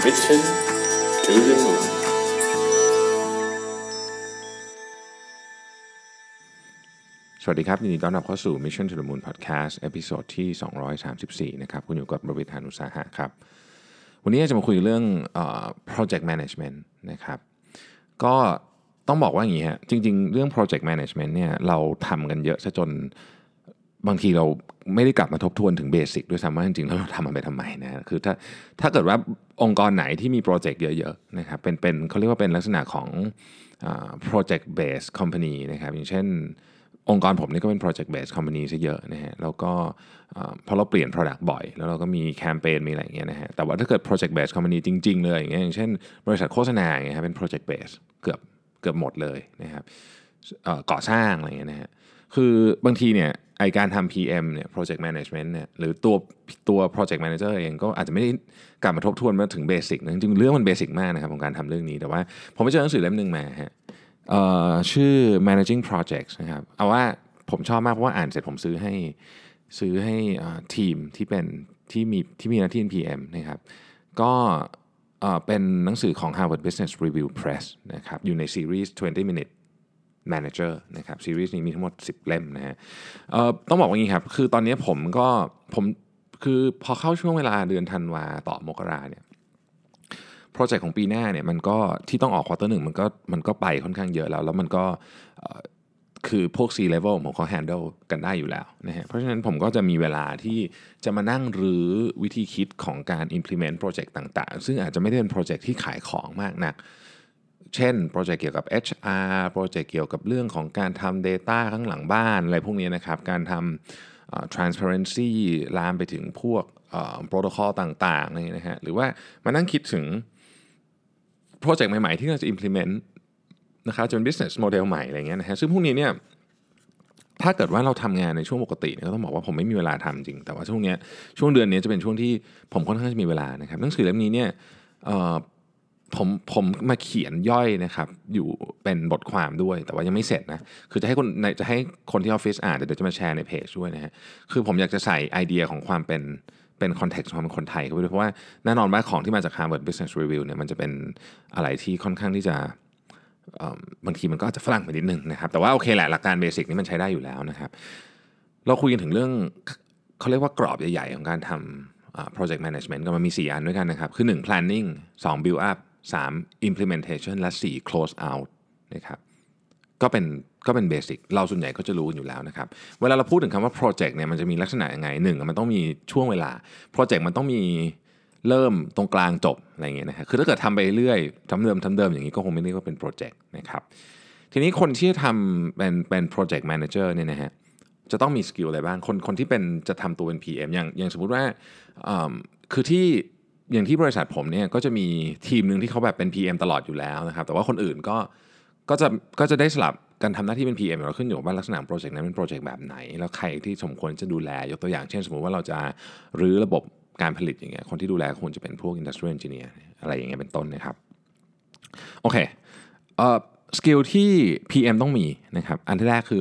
Mission to the Moonสวัสดีครับยินดีต้อนรับเข้าสู่ Mission to the Moon Podcast เอพิโซดที่234นะครับคุณอยู่กับประวิตร หาญอุตสาหะครับวันนี้จะมาคุยเรื่องproject management นะครับก็ต้องบอกว่าอย่างนี้ฮะจริงๆเรื่อง project management เนี่ยเราทำกันเยอะซะจนบางทีเราไม่ได้กลับมาทบทวนถึงเบสิกด้วยซ้ำว่าจริงๆแล้วเราทำมันไปทำไมนะคือถ้าเกิดว่าองค์กรไหนที่มีโปรเจกต์เยอะๆนะครับเป็นเขาเรียกว่าเป็นลักษณะของproject based company นะครับอย่างเช่นองค์กรผมนี่ก็เป็น project based company ซะเยอะนะฮะแล้วก็พอเราเปลี่ยน product บ่อยแล้วเราก็มีแคมเปญมีอะไรอย่างเงี้ยนะฮะแต่ว่าถ้าเกิด project based company จริงๆเลยอย่างเงี้ยอย่างเช่นบริษัทโฆษณาอย่างเงี้ยเป็น project based เกือบหมดเลยนะครับก่อสร้างอะไรอย่างเงี้ยนะฮะคือบางทีเนี่ยไอการทำ PM เนี่ย project management เนี่ยหรือตัว project manager เองก็อาจจะไม่ได้กลับมาทบทวนมาถึงเบสิกนะจริงๆเรื่องมันเบสิกมากนะครับของการทำเรื่องนี้แต่ว่าผมไปเจอหนังสือเล่มนึงมาฮะชื่อ managing projects นะครับเอาว่าผมชอบมากเพราะว่าอ่านเสร็จผมซื้อให้ทีมที่มีหน้าที่เป็น PM นะครับก็เป็นหนังสือของ Harvard Business Review Press นะครับอยู่ในซีรีส์20 minute Manager นะครับซีรีส์นี้มีทั้งหมด10เล่มนะฮะต้องบอกว่างี้ครับคือตอนนี้ผมคือพอเข้าช่วงเวลาเดือนธันวาต่อมกราเนี่ยโปรเจกต์ของปีหน้าเนี่ยมันก็ที่ต้องออกควอเตอร์1มันก็ไปค่อนข้างเยอะแล้วมันก็คือพวก C level ผมเขา handle กันได้อยู่แล้วนะฮะเพราะฉะนั้นผมก็จะมีเวลาที่จะมานั่งรื้อวิธีคิดของการ implement โปรเจกต์ต่างๆซึ่งอาจจะไม่ได้เป็นโปรเจกต์ที่ขายของมากนักเช่นโปรเจกต์เกี่ยวกับ HR โปรเจกต์เกี่ยวกับเรื่องของการทำ Data ข้างหลังบ้านอะไรพวกนี้นะครับการทำtransparency ลามไปถึงพวกprotocol ต่างๆนี่นะฮะหรือว่ามานั่งคิดถึงโปรเจกต์ใหม่ๆที่เราจะ implement นะครับจน business model ใหม่อะไรเงี้ยนะฮะซึ่งพวกนี้เนี่ยถ้าเกิดว่าเราทำงานในช่วงปกติเนี่ยก็ต้องบอกว่าผมไม่มีเวลาทำจริงแต่ว่าช่วงเดือนนี้จะเป็นช่วงที่ผมค่อนข้างจะมีเวลานะครับหนังสือเล่มนี้เนี่ยผมมาเขียนย่อยนะครับอยู่เป็นบทความด้วยแต่ว่ายังไม่เสร็จนะคือจะให้คนที่ออฟฟิศอ่านเดี๋ยวจะมาแชร์ในเพจด้วยนะฮะคือผมอยากจะใส่ไอเดียของความเป็นคอนเท็กซ์ความเป็นคนไทยเข้าไปด้วยเพราะว่าแน่นอนว่าของที่มาจาก Harvard Business Review เนี่ยมันจะเป็นอะไรที่ค่อนข้างที่จะบางทีมันก็อาจจะฝรั่งไปนิดนึงนะครับแต่ว่าโอเคแหละหลักการเบสิกนี่มันใช้ได้อยู่แล้วนะครับเราคุยกันถึงเรื่องเขาเรียกว่ากรอบใหญ่ๆของการทำproject management ก็มันมี4อันด้วยกันนะครับคือ1 planning 2 build up 3 implementation และ4 close out นะครับก็เป็นเบสิกเราส่วนใหญ่ก็จะรู้อยู่แล้วนะครับเวลาเราพูดถึงคำว่า project เนี่ยมันจะมีลักษณะยังไง1มันต้องมีช่วงเวลา project มันต้องมีเริ่มตรงกลางจบอะไรอย่างเงี้ยนะฮะคือถ้าเกิดทำไปเรื่อยทำเดิมอย่างนี้ก็คงไม่เรียกว่าเป็นโปรเจกต์นะครับทีนี้คนที่ทำเป็นโปรเจกต์แมเนเจอร์เนี่ยนะฮะจะต้องมีสกิลอะไรบ้างคนที่จะทำตัวเป็น PM อย่างสมมุติว่าคืออย่างที่บริษัทผมเนี่ยก็จะมีทีมนึงที่เขาแบบเป็น PM ตลอดอยู่แล้วนะครับแต่ว่าคนอื่นก็จะได้สลับกันทำหน้าที่เป็น PM เราขึ้นอยู่ว่าลักษณะโปรเจกต์นั้นเป็นโปรเจกต์แบบไหนแล้วใครที่สมควรจะดูแลยกตัวอย่างเช่นสมมุติว่าเราจะรื้อระบบการผลิตอย่างเงี้ยคนที่ดูแลควรจะเป็นพวก industrial engineer อะไรอย่างเงี้ยเป็นต้นนะครับโอเคสกิลที่ PM ต้องมีนะครับอันที่แรกคือ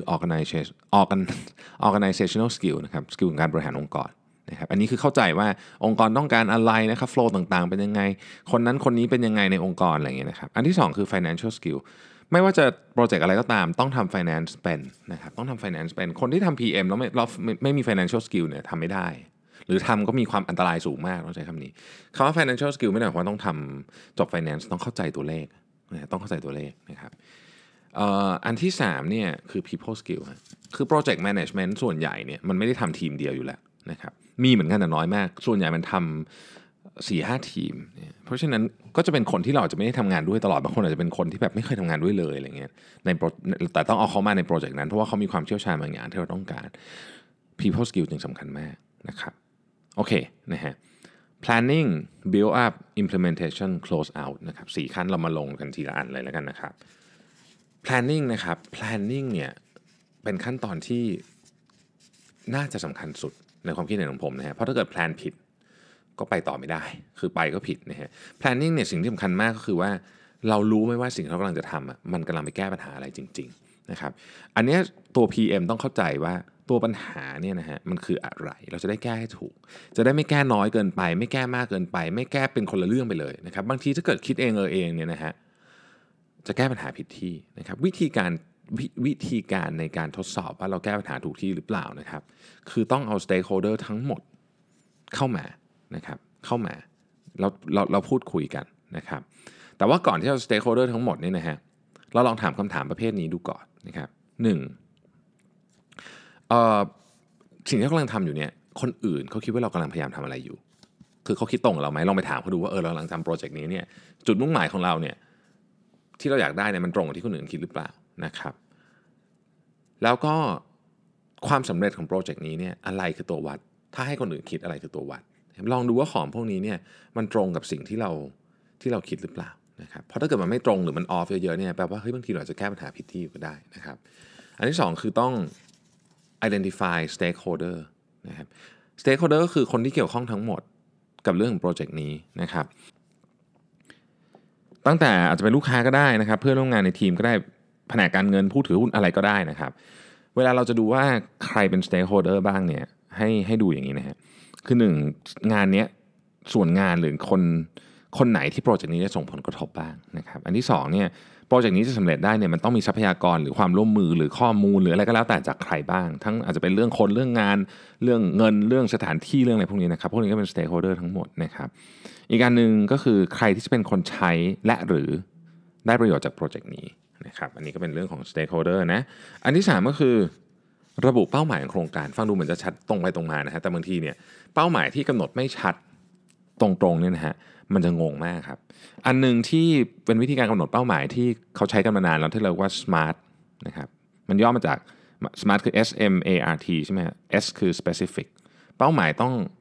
organizational skill นะครับสกิลการบริหารองค์กรนะครับอันนี้คือเข้าใจว่าองค์กรต้องการอะไรนะครับ flow ต่างๆเป็นยังไงคนนั้นคนนี้เป็นยังไงในองค์กรอะไรอย่างเงี้ยนะครับอันที่2คือ financial skill ไม่ว่าจะโปรเจกต์อะไรก็ตามต้องทำ finance เป็นนะครับต้องทำ finance เป็นคนที่ทำ PM แล้วไม่มี financial skill เนี่ยทำไม่ได้หรือทำก็มีความอันตรายสูงมากต้องใช้คำนี้คำว่า financial skill ไม่ได้หมายความว่าต้องทำจบ finance ต้องเข้าใจตัวเลขนะต้องเข้าใจตัวเลขนะครับอันที่3เนี่ยคือ people skill คือ project management ส่วนใหญ่เนี่ยมันไม่ได้ทำทีมเดียวอยู่แล้วนะครับมีเหมือนกันแต่น้อยมากส่วนใหญ่มันทำ 4-5 ทีมเพราะฉะนั้นก็จะเป็นคนที่เราจะไม่ได้ทำงานด้วยตลอดบางคนอาจจะเป็นคนที่แบบไม่เคยทำงานด้วยเลยอะไรเงี้ยแต่ต้องเอาเขามาในโปรเจกต์นั้นเพราะว่าเขามีความเชี่ยวชาญบางอย่างที่เราต้องการ people skill จึงสำคัญมากนะครับโอเคนะฮะ planning build up implementation close out นะครับ4ขั้นเรามาลงกันทีละอันเลยแล้วกันนะครับ planning นะครับ planning เนี่ยเป็นขั้นตอนที่น่าจะสำคัญสุดในความคิดเห็นของผมนะฮะเพราะถ้าเกิด plan ผิดก็ไปต่อไม่ได้คือไปก็ผิดนะฮะ planning เนี่ยสิ่งที่สำคัญมากก็คือว่าเรารู้ไหมว่าสิ่งที่เรากำลังจะทำมันกำลังไปแก้ปัญหาอะไรจริงๆนะครับอันนี้ตัว PM ต้องเข้าใจว่าตัวปัญหาเนี่ยนะฮะมันคืออะไรเราจะได้แก้ให้ถูกจะได้ไม่แก้น้อยเกินไปไม่แก้มากเกินไปไม่แก้เป็นคนละเรื่องไปเลยนะครับบางทีถ้าเกิดคิดเองเองเนี่ยนะฮะจะแก้ปัญหาผิดที่นะครับวิธีการในการทดสอบว่าเราแก้ปัญหาถูกที่หรือเปล่านะครับคือต้องเอา stakeholder ทั้งหมดเข้ามานะครับเข้ามาเราพูดคุยกันนะครับแต่ว่าก่อนที่เรา stakeholder ทั้งหมดเนี่ยนะฮะเราลองถามคำถามประเภทนี้ดูก่อนนะครับ1สิ่งที่เรากำลังทำอยู่เนี่ยคนอื่นเขาคิดว่าเรากำลังพยายามทำอะไรอยู่คือเขาคิดตรงกับเราไหมลองไปถามเขาดูว่าเรากำลังทำโปรเจกต์นี้เนี่ยจุดมุ่งหมายของเราเนี่ยที่เราอยากได้เนี่ยมันตรงกับที่คนอื่นคิดหรือเปล่านะครับแล้วก็ความสำเร็จของโปรเจกต์นี้เนี่ยอะไรคือตัววัดถ้าให้คนอื่นคิดอะไรคือตัววัดลองดูว่าของพวกนี้เนี่ยมันตรงกับสิ่งที่เราคิดหรือเปล่านะครับเพราะถ้าเกิดมันไม่ตรงหรือมันออฟเยอะๆเนี่ยแปลว่าเฮ้ยบางทีเราจะแก้ปัญหาผิดที่ก็ได้นะครับอันที่2คือต้อง identify stakeholder นะครับ stakeholder ก็คือคนที่เกี่ยวข้องทั้งหมดกับเรื่องของโปรเจกต์นี้นะครับตั้งแต่อาจจะเป็นลูกค้าก็ได้นะครับเพื่อนร่วมงานในทีมก็ได้แผนกการเงินผู้ถือหุ้นอะไรก็ได้นะครับเวลาเราจะดูว่าใครเป็น stakeholder บ้างเนี่ยให้ดูอย่างนี้นะฮะคือ1งานนี้ส่วนงานหรือคนไหนที่โปรเจกต์นี้จะส่งผลกระทบบ้างนะครับอันที่2เนี่ยโปรเจกต์นี้จะสำเร็จได้เนี่ยมันต้องมีทรัพยากรหรือความร่วมมือหรือข้อมูลหรืออะไรก็แล้วแต่จากใครบ้างทั้งอาจจะเป็นเรื่องคนเรื่องงานเรื่องเงินเรื่องสถานที่เรื่องอะไรพวกนี้นะครับพวกนี้ก็เป็น stakeholder ทั้งหมดนะครับอีกอันหนึ่งก็คือใครที่จะเป็นคนใช้และหรือได้ประโยชน์จากโปรเจกต์นี้นะครับอันนี้ก็เป็นเรื่องของ stakeholder นะอันที่3ก็คือระบุเป้าหมายของโครงการฟังดูเหมือนจะชัดตรงไปตรงมานะฮะแต่บางทีเนี่ยเป้าหมายที่กำหนดไม่ชัดตรงๆเนี่ยนะฮะมันจะงงมากครับอันนึงที่เป็นวิธีการกำหนดเป้าหมายที่เขาใช้กันมานานแล้วที่เรียกว่า SMART นะครับมันย่อมาจาก SMART คือ SMART ใช่ไหม S คือ specific เป้าหมาย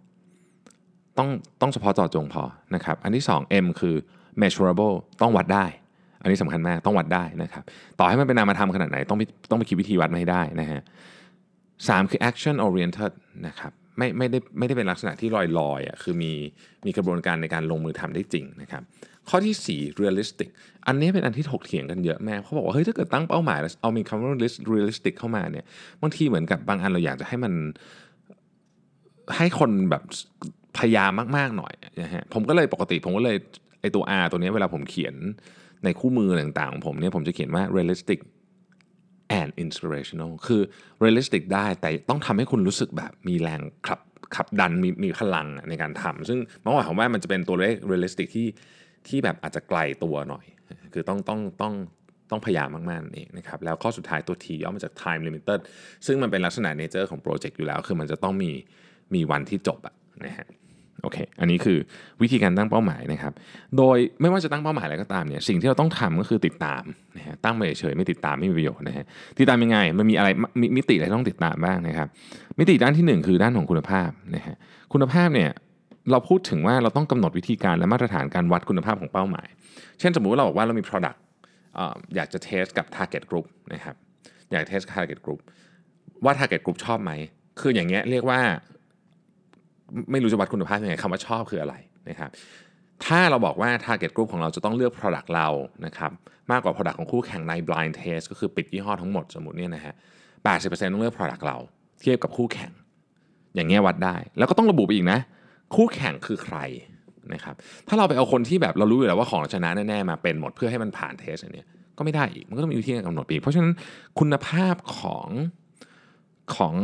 ต้องเฉพาะเจาะจงพอนะครับอันที่2 M คือ measurable ต้องวัดได้อันนี้สำคัญมากต้องวัดได้นะครับต่อให้มันเป็นนามธรรมขนาดไหนต้องไปคิดวิธีวัดมาให้ได้นะฮะ3คือ action oriented นะครับไม่ได้เป็นลักษณะที่ลอยๆอ่ะคือมีกระบวนการในการลงมือทำได้จริงนะครับข้อที่4 realistic อันนี้เป็นอันที่ถกเถียงกันเยอะแม่เขาบอกว่าเฮ้ยถ้าเกิดตั้งเป้าหมายแล้วเอามีคำว่า realistic เข้ามาเนี่ยบางทีเหมือนกับบางอันเราอยากจะให้มันให้คนแบบพยายามมากๆหน่อยนะฮะผมก็เลยไอตัว R ตัวนี้เวลาผมเขียนในคู่มือต่างๆของผมเนี่ยผมจะเขียนว่า realistic and inspirational คือ realistic ได้แต่ต้องทำให้คุณรู้สึกแบบมีแรงขับดันมีพลังในการทำซึ่งหมายความว่ามันจะเป็นตัวเลข realistic ที่แบบอาจจะไกลตัวหน่อยคือต้องพยายามมากๆนั่นเองนะครับแล้วข้อสุดท้ายตัว T ย่อมาจาก time limited ซึ่งมันเป็นลักษณะ nature ของโปรเจกต์อยู่แล้วคือมันจะต้องมีวันที่จบอะนะฮะโอเคอันนี้คือวิธีการตั้งเป้าหมายนะครับโดยไม่ว่าจะตั้งเป้าหมายอะไรก็ตามเนี่ยสิ่งที่เราต้องทำก็คือติดตามนะฮะตั้งไปเฉยๆไม่ติดตามไม่มีประโยชน์นะฮะติดตามยังไงมันมีอะไรมิติอะไรต้องติดตามบ้างนะครับมิติด้านที่1คือด้านของคุณภาพนะฮะคุณภาพเนี่ยเราพูดถึงว่าเราต้องกำหนดวิธีการและมาตรฐานการวัดคุณภาพของเป้าหมายเช่นสมมุติว่าเราบอกว่าเรามี product อยากจะเทสกับ target group นะครับอยากเทสกับ target group ว่า target group ชอบไหมคืออย่างเงี้ยเรียกว่าไม่รู้จะวัดคุณภาพยังไงคำว่าชอบคืออะไรนะครับถ้าเราบอกว่า target group ของเราจะต้องเลือก product เรานะครับมากกว่า product ของคู่แข่งใน blind test ก็คือปิดยี่ห้อทั้งหมดสมมุติเนี่ยนะฮะ 80% ต้องเลือก product เราเทียบกับคู่แข่งอย่างเงี้ยวัดได้แล้วก็ต้องระบุไปอีกนะคู่แข่งคือใครนะครับถ้าเราไปเอาคนที่แบบเรารู้อยู่แล้วว่าของเราชนะแน่ๆมาเป็นหมดเพื่อให้มันผ่านเทสอันเนี้ยก็ไม่ได้อีกมันก็ต้องมีวิธีการกำหนดอีกเพราะฉะนั้นคุณภาพของ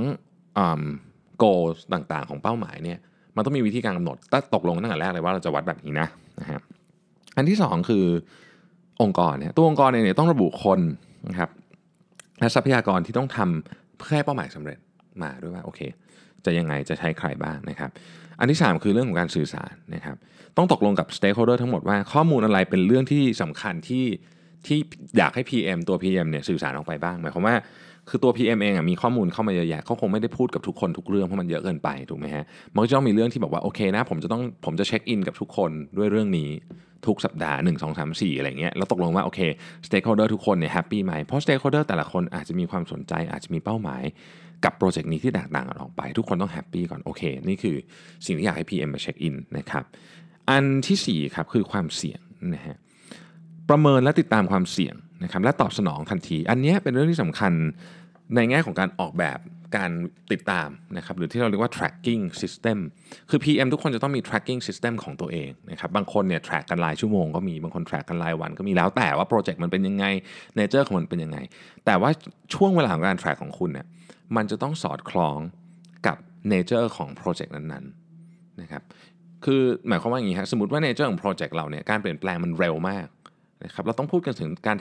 goals ต่างๆของเป้าหมายเนี่ยมันต้องมีวิธีการกำหนดตกลงตั้งแต่แรกเลยว่าเราจะวัดแบบนี้นะฮะอันที่2คือองค์กรเนี่ยตัวองค์กรเนี่ยต้องระบุคนนะครับและทรัพยากรที่ต้องทำเพื่อให้เป้าหมายสำเร็จมาด้วยว่าโอเคจะยังไงจะใช้ใครบ้างนะครับอันที่3คือเรื่องของการสื่อสารนะครับต้องตกลงกับ stakeholder ทั้งหมดว่าข้อมูลอะไรเป็นเรื่องที่สำคัญที่อยากให้ PM ตัว PM เนี่ยสื่อสารออกไปบ้างหมายความว่าคือตัว PM เองมีข้อมูลเข้ามาเยอะแยะเขาคงไม่ได้พูดกับทุกคนทุกเรื่องเพราะมันเยอะเกินไปถูกไหมฮะมันก็จะต้องมีเรื่องที่บอกว่าโอเคนะผมจะเช็คอินกับทุกคนด้วยเรื่องนี้ทุกสัปดาห์1 2 3 4อะไรเงี้ยแล้วตกลงว่าโอเค stakeholder ทุกคนเนี่ยแฮปปี้ไหมเพราะ stakeholder แต่ละคนอาจจะมีความสนใจอาจจะมีเป้าหมายกับโปรเจกต์นี้ที่แตกต่างกันออกไปทุกคนต้องแฮปปี้ก่อนโอเคนี่คือสิ่งที่อยากให้ PM มาเช็คอินนะครับอันที่4ครับคือความเสี่ยงนะฮะประเมินและติดตามความเสี่ยงนะครับและตอบสนองทันทีอันนี้เป็นเรื่องที่สำคัญในแง่ของการออกแบบการติดตามนะครับหรือที่เราเรียกว่า tracking system คือ PM ทุกคนจะต้องมี tracking system ของตัวเองนะครับบางคนเนี่ย track กันรายชั่วโมงก็มีบางคน track กันรายวันก็มีแล้วแต่ว่าโปรเจกต์มันเป็นยังไง nature ของมันเป็นยังไงแต่ว่าช่วงเวลาของการ track ของคุณเนี่ยมันจะต้องสอดคล้องกับ nature ของโปรเจกต์นั้นๆนะครับคือหมายความว่าอย่างนี้ครับสมมติว่า nature ของโปรเจกต์เราเนี่ยการเปลี่ยนแปลงมันเร็วมากนะครับเราต้องพูดกันถึงการ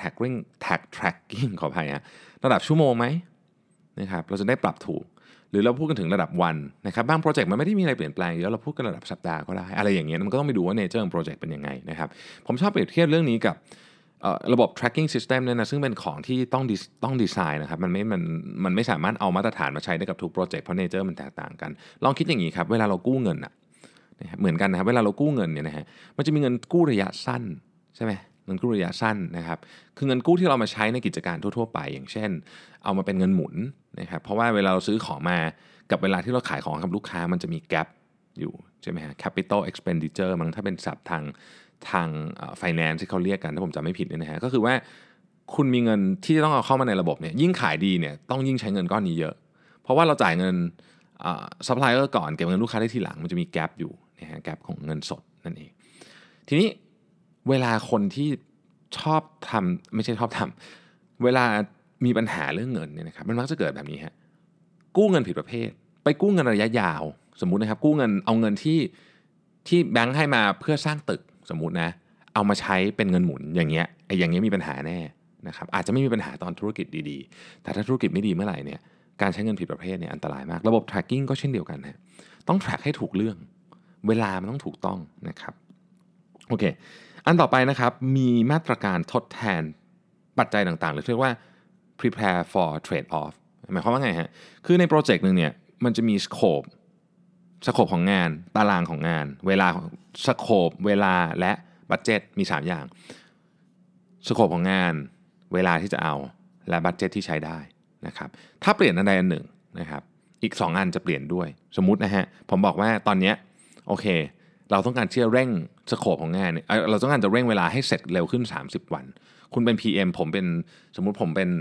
tracking ขออภัยฮะระดับชั่วโมงไหมนะครับเราจะได้ปรับถูกหรือเราพูดกันถึงระดับวันนะครับบางโปรเจกต์มันไม่ได้มีอะไรเปลี่ยนแปลงเยอะเราพูดกันระดับสัปดาห์ก็ได้อะไรอย่างเงี้ยมันก็ต้องไปดูว่า nature ของโปรเจกต์เป็นยังไงนะครับผมชอบเปรียบเทียบเรื่องนี้กับระบบ tracking system เนี่ยนะซึ่งเป็นของที่ต้องดีไซน์นะครับมันไม่สามารถเอามาตรฐานมาใช้ได้กับทุกโปรเจกต์เพราะ nature มันแตกต่างกันลองคิดอย่างนี้ครับเวลาเรากู้เงินนะครับเหมือนกันนะครับเวลาเรากู้เงินเนี่ยนะฮะมันจะมีเงินกู้ระยะสั้นใช่ไหมเงินกู้ระยะสั้นนะครับคือเงินกู้ที่เรามาใช้ในกิจการทั่วๆไปอย่างเช่นเอามาเป็นเงินหมุนนะครับเพราะว่าเวลาเราซื้อของมากับเวลาที่เราขายของกับลูกค้ามันจะมี gap อยู่ใช่ไหมฮะ capital expenditure มั้งถ้าเป็นศัพท์ทางfinance ที่เขาเรียกกันถ้าผมจำไม่ผิดเนี่ยนะฮะก็คือว่าคุณมีเงินที่จะต้องเอาเข้ามาในระบบเนี่ยยิ่งขายดีเนี่ยต้องยิ่งใช้เงินก้อนนี้เยอะเพราะว่าเราจ่ายเงินซัพพลายเออร์ก่อนเก็บเงินลูกค้าได้ทีหลังมันจะมีแกลบอยู่นะฮะแกลบของเงินสดนั่นเองทีนี้เวลาคนที่ชอบทำไม่ใช่ชอบทำเวลามีปัญหาเรื่องเงินเนี่ยนะครับมันมักจะเกิดแบบนี้ฮะกู้เงินผิดประเภทไปกู้เงินระยะยาวสมมุตินะครับกู้เงินเอาเงินที่แบงค์ให้มาเพื่อสร้างตึกสมมุตินะเอามาใช้เป็นเงินหมุนอย่างเงี้ยมีปัญหาแน่นะครับอาจจะไม่มีปัญหาตอนธุรกิจดีๆแต่ถ้าธุรกิจไม่ดีเมื่อไหร่เนี่ยการใช้เงินผิดประเภทเนี่ยอันตรายมากระบบ tracking ก็เช่นเดียวกันนะต้อง track ให้ถูกเรื่องเวลามันต้องถูกต้องนะครับโอเคอันต่อไปนะครับมีมาตรการทดแทนปัจจัยต่างๆหรือเรียกว่า prepare for trade off หมายความว่าไงฮะคือในโปรเจกต์นึงเนี่ยมันจะมีสโคปของงานตารางของงานเวลาสโคปเวลาและบัดเจ็ตมี3อย่างสโคปของงานเวลาที่จะเอาและบัดเจ็ตที่ใช้ได้นะครับถ้าเปลี่ยนอันใดอันหนึ่งนะครับอีก2อันจะเปลี่ยนด้วยสมมุตินะฮะผมบอกว่าตอนนี้โอเคเราต้องการที่จะเร่งสโคปของงานเนี่ยเราต้องการจะเร่งเวลาให้เสร็จเร็วขึ้น30วันคุณเป็น PM ผมเป็นสมมุติผมเป็น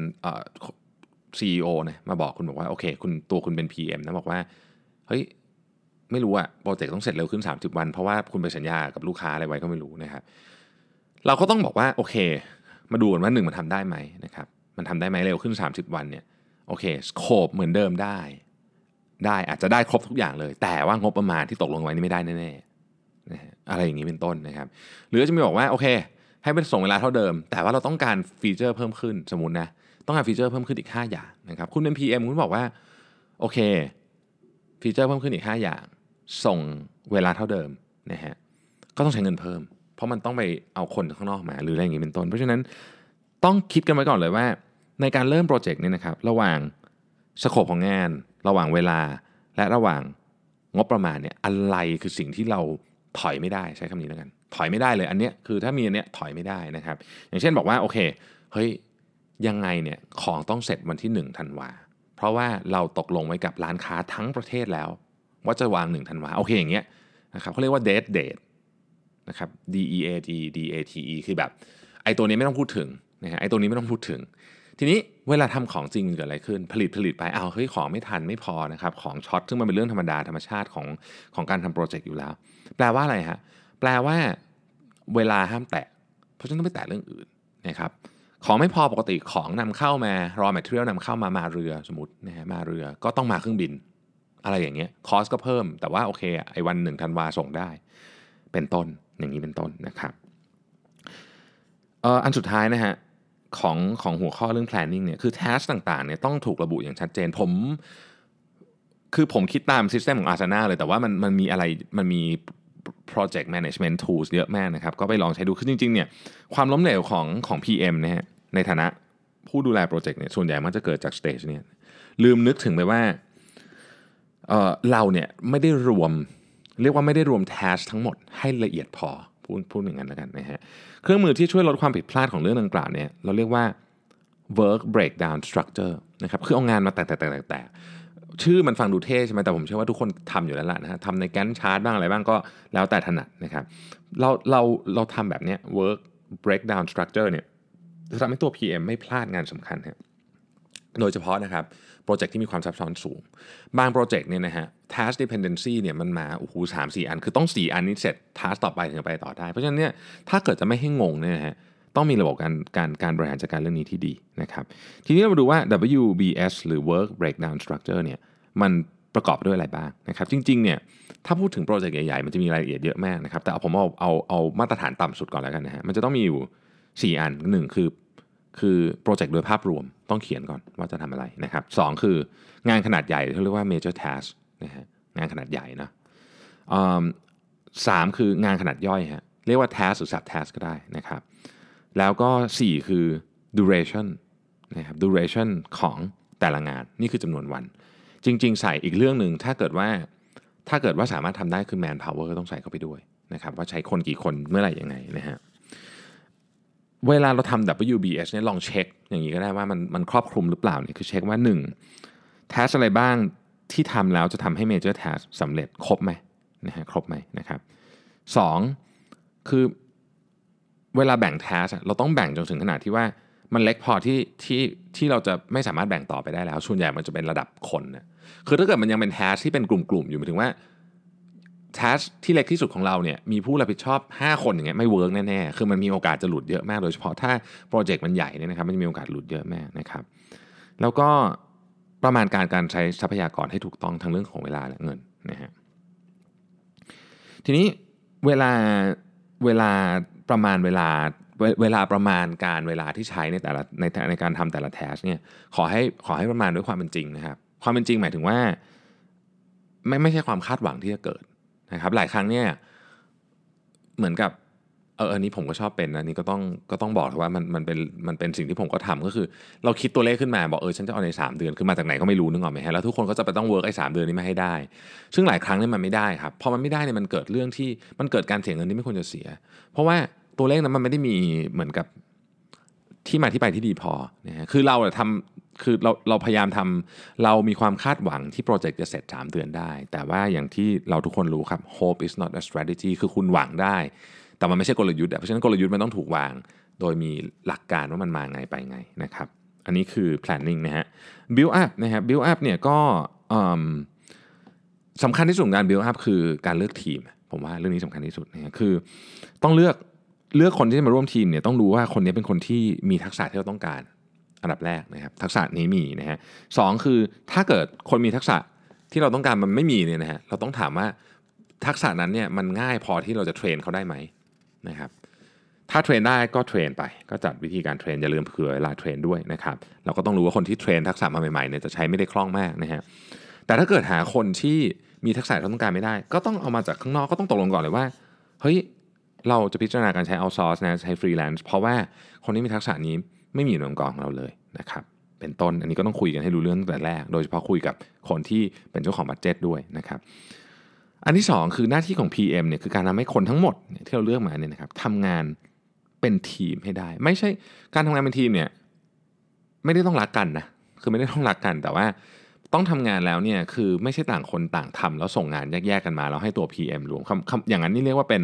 CEO นะมาบอกคุณบอกว่าโอเคคุณเป็น PM นะบอกว่าเฮ้ยไม่รู้อะโปรเจกต์ต้องเสร็จเร็วขึ้น30วันเพราะว่าคุณไปสัญญากับลูกค้าอะไรไว้ก็ไม่รู้นะครับเราก็ต้องบอกว่าโอเคมาดูกันว่า1มันทำได้ไหมนะครับมันทำได้ไหมเร็วขึ้น30วันเนี่ยโอเคสโคปเหมือนเดิมได้อาจจะได้ครบทุกอย่างเลยแต่ว่างบประมาณที่ตกลงไว้นี่ไม่ได้แน่ๆนะอะไรอย่างนี้เป็นต้นนะครับหรือจะมีบอกว่าโอเคให้เป็นส่งเวลาเท่าเดิมแต่ว่าเราต้องการฟีเจอร์เพิ่มขึ้นสมมุตินะต้องการฟีเจอร์เพิ่มขึ้นอีก5อย่างนะครับคุณเป็น PM คุณบอกว่าโอเคฟีเจอร์เพิ่มขึ้นอีก5อย่างส่งเวลาเท่าเดิมนะฮะก็ต้องใช้เงินเพิ่มเพราะมันต้องไปเอาคนข้างนอกมาหรืออะไรอย่างนี้เป็นต้นเพราะฉะนั้นต้องคิดกันไว้ก่อนเลยว่าในการเริ่มโปรเจกต์นี้นะครับระหว่างสโคปของงานระหว่างเวลาและระหว่างงบประมาณเนี่ยอะไรคือสิ่งที่เราถอยไม่ได้ใช้คำนี้แล้วกันถอยไม่ได้เลยอันเนี้ยคือถ้ามีอันเนี้ยถอยไม่ได้นะครับอย่างเช่นบอกว่าโอเคเฮ้ยยังไงเนี่ยของต้องเสร็จวันที่1ธันวาเพราะว่าเราตกลงไว้กับร้านค้าทั้งประเทศแล้วว่าจะวาง1ธันวาโอเคอย่างเงี้ยนะครับเขาเรียกว่า date นะครับ DEAT คือแบบไอ้ตัวนี้ไม่ต้องพูดถึงนะฮะไอ้ตัวนี้ไม่ต้องพูดถึงทีนี้เวลาทำของจริงเกิดอะไรขึ้นผลิตไปเฮ้ยของไม่ทันไม่พอนะครับของช็อตซึ่งมันเป็นเรื่องธรรมดาธรรมชาติของการทำโปรเจกต์อยู่แล้วแปลว่าอะไรฮะแปลว่าเวลาห้ามแตะเพราะฉะนั้นต้องไปแตะเรื่องอื่นนะครับของไม่พอปกติของนำเข้ามา raw material นำเข้ามาเรือสมมตินะฮะมาเรือก็ต้องมาเครื่องบินอะไรอย่างเงี้ยคอสก็เพิ่มแต่ว่าโอเคไอ้วัน1ธันวาส่งได้เป็นต้นอย่างนี้เป็นต้นนะครับอันสุดท้ายนะฮะของหัวข้อเรื่อง planning เนี่ยคือ task ต่างๆเนี่ยต้องถูกระบุอย่างชัดเจนผมคิดตาม system ของ Asana เลยแต่ว่ามันมีอะไรมันมี project management tools เยอะมากนะครับก็ไปลองใช้ดูคือจริงๆเนี่ยความล้มเหลวของ PM นะฮะในฐานะผู้ดูแลโปรเจกต์เนี่ยส่วนใหญ่มันจะเกิดจาก stage เนี่ยลืมนึกถึงไปว่าเราเนี่ยไม่ได้รวมเรียกว่าไม่ได้รวม task ทั้งหมดให้ละเอียดพอพูดอย่างนั้นแล้วกันนะฮะเครื่องมือที่ช่วยลดความผิดพลาดของเรื่องดังกล่าวเนี่ยเราเรียกว่า work breakdown structure นะครับคือเอางานมาแต่ชื่อมันฟังดูเท่ใช่ไหมแต่ผมเชื่อว่าทุกคนทำอยู่แล้วล่ะนะฮะทำในแกนชาร์ตบ้างอะไรบ้างก็แล้วแต่ถนัดนะครับเราทำแบบนี้ work breakdown structure เนี่ยจะทำให้ตัว PM ไม่พลาดงานสำคัญฮะโดยเฉพาะนะครับโปรเจกต์ที่มีความซับซ้อนสูงบางโปรเจกต์เนี่ยนะฮะ task dependency เนี่ยมันมาโอ้โห3-4 อันคือต้อง4อันนี้เสร็จ task ต่อไปถึงจะไปต่อได้เพราะฉะนั้นเนี่ยถ้าเกิดจะไม่ให้งงเนี่ยนะฮะต้องมีระบบการบริหารจัดการเรื่องนี้ที่ดีนะครับทีนี้เรามาดูว่า WBS หรือ Work Breakdown Structure เนี่ยมันประกอบด้วยอะไรบ้างนะครับจริงๆเนี่ยถ้าพูดถึงโปรเจกต์ใหญ่ๆมันจะมีรายละเอียดเยอะมากนะครับแต่ผมเอามาตรฐานต่ำสุดก่อนแล้วกันนะฮะมันจะต้องมีอยู่4อัน1คือโปรเจกต์โดยภาพรวมต้องเขียนก่อนว่าจะทำอะไรนะครับ2คืองานขนาดใหญ่ที่เรียกว่า major task นะฮะงานขนาดใหญ่นะ3คืองานขนาดย่อยฮะเรียกว่า task หรือ sub task ก็ได้นะครับแล้วก็4คือ duration นะครับ duration ของแต่ละงานนี่คือจำนวนวันจริงๆใส่อีกเรื่องหนึ่งถ้าเกิดว่าสามารถทำได้คือ man power ก็ต้องใส่เข้าไปด้วยนะครับว่าใช้คนกี่คนเมื่อไหร่ยังไงนะฮะเวลาเราทำ WBS เนี่ยลองเช็คอย่างนี้ก็ได้ว่ามันครอบคลุมหรือเปล่าเนี่ยคือเช็คว่า1 task อะไรบ้างที่ทำแล้วจะทำให้ major task สำเร็จครบไหมนะฮะครบไหมนะครับ2คือเวลาแบ่ง task เราต้องแบ่งจนถึงขนาดที่ว่ามันเล็กพอที่เราจะไม่สามารถแบ่งต่อไปได้แล้วส่วนใหญ่มันจะเป็นระดับคนนะคือถ้าเกิดมันยังเป็น task ที่เป็นกลุ่มๆอยู่หมายถึงว่า task ที่เล็กที่สุดของเราเนี่ยมีผู้รับผิดชอบ5คนอย่างเงี้ยไม่เวิร์กแน่ๆคือมันมีโอกาสจะหลุดเยอะมากโดยเฉพาะถ้าโปรเจกต์มันใหญ่เนี่ยนะครับมันจะมีโอกาสหลุดเยอะมากนะครับแล้วก็ประมาณการใช้ทรัพยากรให้ถูกต้องทั้งเรื่องของเวลาและเงินนะฮะทีนี้เวลาประมาณเวลาประมาณการเวลาที่ใช้ในการทำแต่ละ task เนี่ยขอให้ประมาณด้วยความเป็นจริงนะครับความเป็นจริงหมายถึงว่าไม่ใช่ความคาดหวังที่จะเกิดนะครับหลายครั้งเนี่ยเหมือนกับอันนี้ผมก็ชอบเป็นนะนี่ก็ต้องบอกว่ามันเป็นสิ่งที่ผมก็ทำก็คือเราคิดตัวเลขขึ้นมาบอกฉันจะเอาใน3เดือนคือมาจากไหนก็ไม่รู้นึกออกไหมฮะแล้วทุกคนก็จะไปต้องเวิร์ก3เดือนนี้มาให้ได้ซึ่งหลายครั้งเนี่ยมันไม่ได้ครับพอมันไม่ได้เนี่ยมันเกิดเรื่องที่มันเกิดการเสียเงินที่ไม่ควรจะเสียเพราะว่าตัวเลขนั้นมันไม่ได้มีเหมือนกับที่มาที่ไปที่ดีพอนะฮะคือเราทำคือเราพยายามทำเรามีความคาดหวังที่โปรเจกต์จะเสร็จ3เดือนได้แต่ว่าอย่างที่เราทุกคนรู้ครับ hope is not a strategy คือคุณหวังได้แต่มันไม่ใช่กลยุทธ์เพราะฉะนั้นกลยุทธ์มันต้องถูกวางโดยมีหลักการว่ามันมาไงไปไงนะครับอันนี้คือ planning นะฮะ build up นะครับ build up เนี่ยก็สำคัญที่สุดของการ build up คือการเลือกทีมผมว่าเรื่องนี้สำคัญที่สุดนะฮะคือต้องเลือกคนที่จะมาร่วมทีมเนี่ยต้องรู้ว่าคนนี้เป็นคนที่มีทักษะที่เราต้องการอันดับแรกนะครับทักษะนี้มีนะฮะสองคือถ้าเกิดคนมีทักษะที่เราต้องการมันไม่มีเนี่ยนะฮะเราต้องถามว่าทักษะนั้นเนี่ยมันง่ายพอที่เราจะเทรนเขาได้ไหมนะครับถ้าเทรนได้ก็เทรนไปก็จัดวิธีการเทรนอย่าลืมเผื่อเวลาเทรนด้วยนะครับเราก็ต้องรู้ว่าคนที่เทรนทักษะมาใหม่ๆเนี่ยจะใช้ไม่ได้คล่องมากนะฮะแต่ถ้าเกิดหาคนที่มีทักษะที่เราต้องการไม่ได้ก็ต้องเอามาจากข้างนอกก็ต้องตกลงก่อนเลยว่าเฮ้ยเราจะพิจารณาการใช้ outsource นะใช้ freelance เพราะว่าคนที่มีทักษะนี้ไม่มีอยู่ในองค์กรของเราเลยนะครับเป็นต้นอันนี้ก็ต้องคุยกันให้รู้เรื่องตั้งแต่แรกโดยเฉพาะคุยกับคนที่เป็นเจ้าของบัดเจ็ตด้วยนะครับอันที่2คือหน้าที่ของ PM เนี่ยคือการทำให้คนทั้งหมดที่เราเลือกมาเนี่ยนะครับทำงานเป็นทีมให้ได้ไม่ใช่การทำงานเป็นทีมเนี่ยไม่ได้ต้องรักกันนะคือไม่ได้ต้องรักกันแต่ว่าต้องทำงานแล้วเนี่ยคือไม่ใช่ต่างคนต่างทำแล้วส่งงานแยกๆกันมาแล้วให้ตัว PM รวมอย่างนั้นนี่เรียกว่าเป็น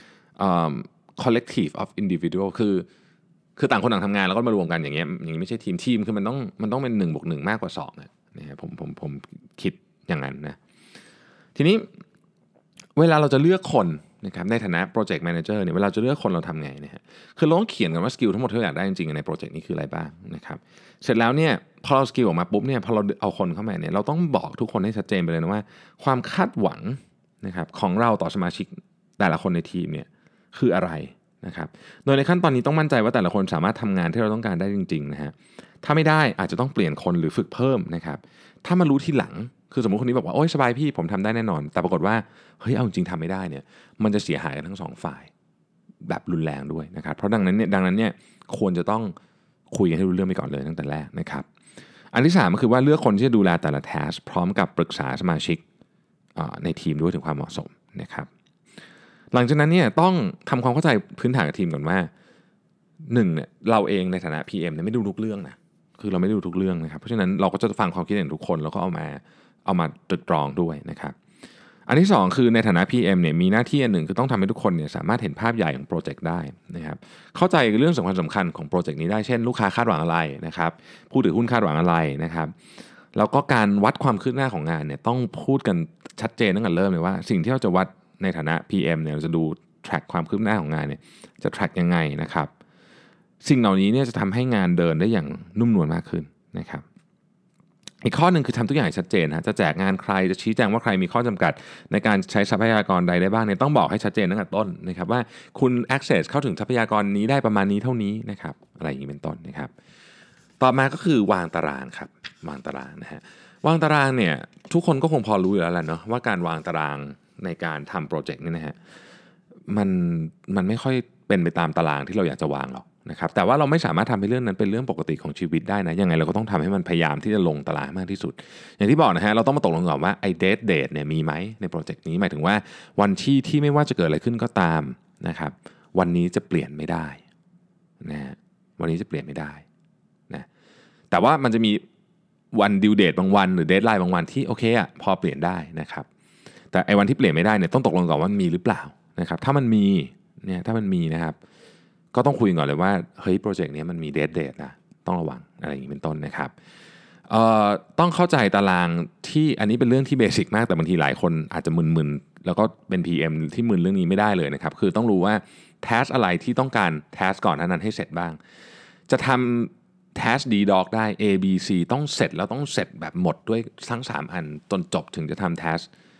collective of individual คือต่างคนต่างทำงานแล้วก็มารวมกันอย่างเงี้ยไม่ใช่ทีมคือมันต้องเป็น1+1มากกว่า2นะผมคิดอย่างนั้นนะทีนี้เวลาเราจะเลือกคนนะครับในฐานะ project manager เนี่ยเวลาจะเลือกคนเราทำไงนะฮะคือเราต้องเขียนกันว่าสกิลทั้งหมดที่เราอยากได้จริงๆในโปรเจกต์นี้คืออะไรบ้างนะครับเสร็จแล้วเนี่ยพอเราสกิลออกมาปุ๊บเนี่ยพอเราเอาคนเข้ามาเนี่ยเราต้องบอกทุกคนให้ชัดเจนไปเลยนะว่าความคาดหวังนะครับของเราต่อสมาชิกแต่ละคนในทีมเนี่ยคืออะไรนะครับโดยในขั้นตอนนี้ต้องมั่นใจว่าแต่ละคนสามารถทำงานที่เราต้องการได้จริงๆนะฮะถ้าไม่ได้อาจจะต้องเปลี่ยนคนหรือฝึกเพิ่มนะครับถ้ามารู้ทีหลังคือสมมติคนนี้บอกว่าโอ๊ยสบายพี่ผมทำได้แน่นอนแต่ปรากฏว่าเฮ้ยเอาจริงทำไม่ได้เนี่ยมันจะเสียหายกันทั้ง2ฝ่ายแบบรุนแรงด้วยนะครับเพราะดังนั้นเนี่ยควรจะต้องคุยกันให้รู้เรื่องไปก่อนเลยตั้งแต่แรกนะครับอันที่3ก็คือว่าเลือกคนที่จะดูแลแต่ละ task พร้อมกับปรึกษาสมาชิกในทีมด้วยถึงความเหมาะสมนะครับหลังจากนั้นเนี่ยต้องทำความเข้าใจพื้นฐานกับทีมก่อนว่า1เนี่ยเราเองในฐานะ PM เนี่ยไม่ดูทุกเรื่องนะคือเราไม่ดูทุกเรื่องนะครับเพราะฉะนั้นเราก็จะฟังความคิดเห็นทุกคนแล้วก็เอามาตรึกตรองด้วยนะครับอันที่2คือในฐานะ PM เนี่ยมีหน้าที่อันหนึ่งคือต้องทำให้ทุกคนเนี่ยสามารถเห็นภาพใหญ่ของโปรเจกต์ได้นะครับเข้าใจเรื่องสำคัญของโปรเจกต์นี้ได้เช่นลูกค้าคาดหวังอะไรนะครับผู้ถือหุ้นคาดหวังอะไรนะครับแล้วก็การวัดความคืบหน้าของงานเนี่ยต้องพูดกันชัดเจนตั้งแต่เริ่มเลยว่าสิ่งที่เราจะวัดในฐานะ PM เนี่ยเราจะดู track ความคืบหน้าของงานเนี่ยจะ track ยังไงนะครับสิ่งเหล่านี้เนี่ยจะทำให้งานเดินได้อย่างนุ่มนวลมากขึ้นนะครับอีกข้อหนึ่งคือทำทุกอย่างชัดเจนนะจะแจกงานใครจะชี้แจงว่าใครมีข้อจำกัดในการใช้ทรัพยากรใดได้บ้างเนี่ยต้องบอกให้ชัดเจนตั้งแต่ต้นนะครับว่าคุณ access เข้าถึงทรัพยากรนี้ได้ประมาณนี้เท่านี้นะครับอะไรอย่างนี้เป็นต้นนะครับต่อมาก็คือวางตารางครับวางตารางนะฮะวางตารางเนี่ยทุกคนก็คงพอรู้อยู่แล้วแหละเนาะว่าการวางตารางในการทำโปรเจกต์นี่นะฮะมันมันไม่ค่อยเป็นไปตามตารางที่เราอยากจะวางหรอกนะครับแต่ว่าเราไม่สามารถทำให้เรื่องนั้นเป็นเรื่องปกติของชีวิตได้นะยังไงเราก็ต้องทำให้มันพยายามที่จะลงตารางมากที่สุดอย่างที่บอกนะฮะเราต้องมาตกลงก่อนว่าไอ้เดทเนี่ยมีไหมในโปรเจกต์นี้หมายถึงว่าวันที่ไม่ว่าจะเกิดอะไรขึ้นก็ตามนะครับวันนี้จะเปลี่ยนไม่ได้นะฮะวันนี้จะเปลี่ยนไม่ได้นะแต่ว่ามันจะมีวันดิวเดทบางวันหรือเดทไลน์บางวันที่โอเคอ่ะพอเปลี่ยนได้นะครับแต่ไอ้วันที่เปลี่ยนไม่ได้เนี่ยต้องตกลงก่อนว่ามันมีหรือเปล่านะครับถ้ามันมีนะครับก็ต้องคุยก่อนเลยว่าเฮ้ยโปรเจกต์นี้มันมีเดทนะต้องระวังอะไรอย่างนี้เป็นต้นนะครับต้องเข้าใจตารางที่อันนี้เป็นเรื่องที่เบสิกมากแต่บางทีหลายคนอาจจะมึนๆแล้วก็เป็น PM ที่มึนเรื่องนี้ไม่ได้เลยนะครับคือต้องรู้ว่าแทสอะไรที่ต้องการแทสก่อนนั้นให้เสร็จบ้างจะทำแทส DDoc ได้ A B C ต้องเสร็จแล้วต้องเสร็จแบบหมดด้วยทั้ง3อันจนจบถึงจะทำแทส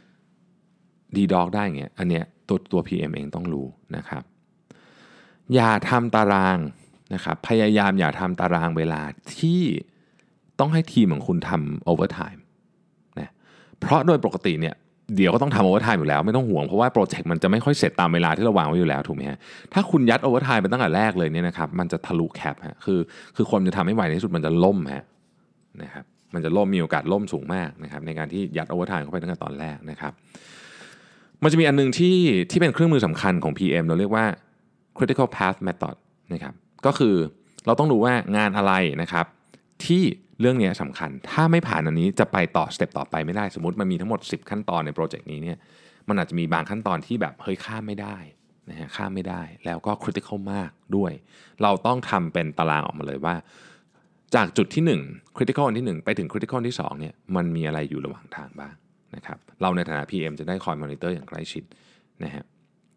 DDoc ได้เงี้ยอันเนี้ยตัว PM เองต้องรู้นะครับอย่าทำตารางนะครับพยายามอย่าทำตารางเวลาที่ต้องให้ทีมของคุณทำโอเวอร์ไทม์นะเพราะโดยปกติเนี่ยเดี๋ยวก็ต้องทำโอเวอร์ไทม์อยู่แล้วไม่ต้องห่วงเพราะว่าโปรเจกต์มันจะไม่ค่อยเสร็จตามเวลาที่เราวางไว้อยู่แล้วถูกไหมฮะถ้าคุณยัดโอเวอร์ไทม์ไปตั้งแต่แรกเลยเนี่ยนะครับมันจะทะลุแคปฮะคือคนจะทำให้ไวที่สุดมันจะล่มฮะนะครับมันจะล่มมีโอกาสล่มสูงมากนะครับในการที่ยัดโอเวอร์ไทม์เข้าไปตั้งแต่ตอนแรกนะครับมันจะมีอันนึงที่เป็นเครื่องมือสำคัญของ PM เราเรียกว่า critical path method นะครับก็คือเราต้องรู้ว่างานอะไรนะครับที่เรื่องนี้สำคัญถ้าไม่ผ่านอันนี้จะไปต่อสเต็ปต่อไปไม่ได้สมมติมันมีทั้งหมด10ขั้นตอนในโปรเจกต์นี้เนี่ยมันอาจจะมีบางขั้นตอนที่แบบเฮ้ยข้ามไม่ได้นะฮะข้ามไม่ได้แล้วก็ critical มากด้วยเราต้องทำเป็นตารางออกมาเลยว่าจากจุดที่1 critical อันที่1ไปถึง critical ที่2เนี่ยมันมีอะไรอยู่ระหว่างทางบ้างนะครับเราในฐานะ PM จะได้คอยมอนิเตอร์อย่างใกล้ชิดนะฮะ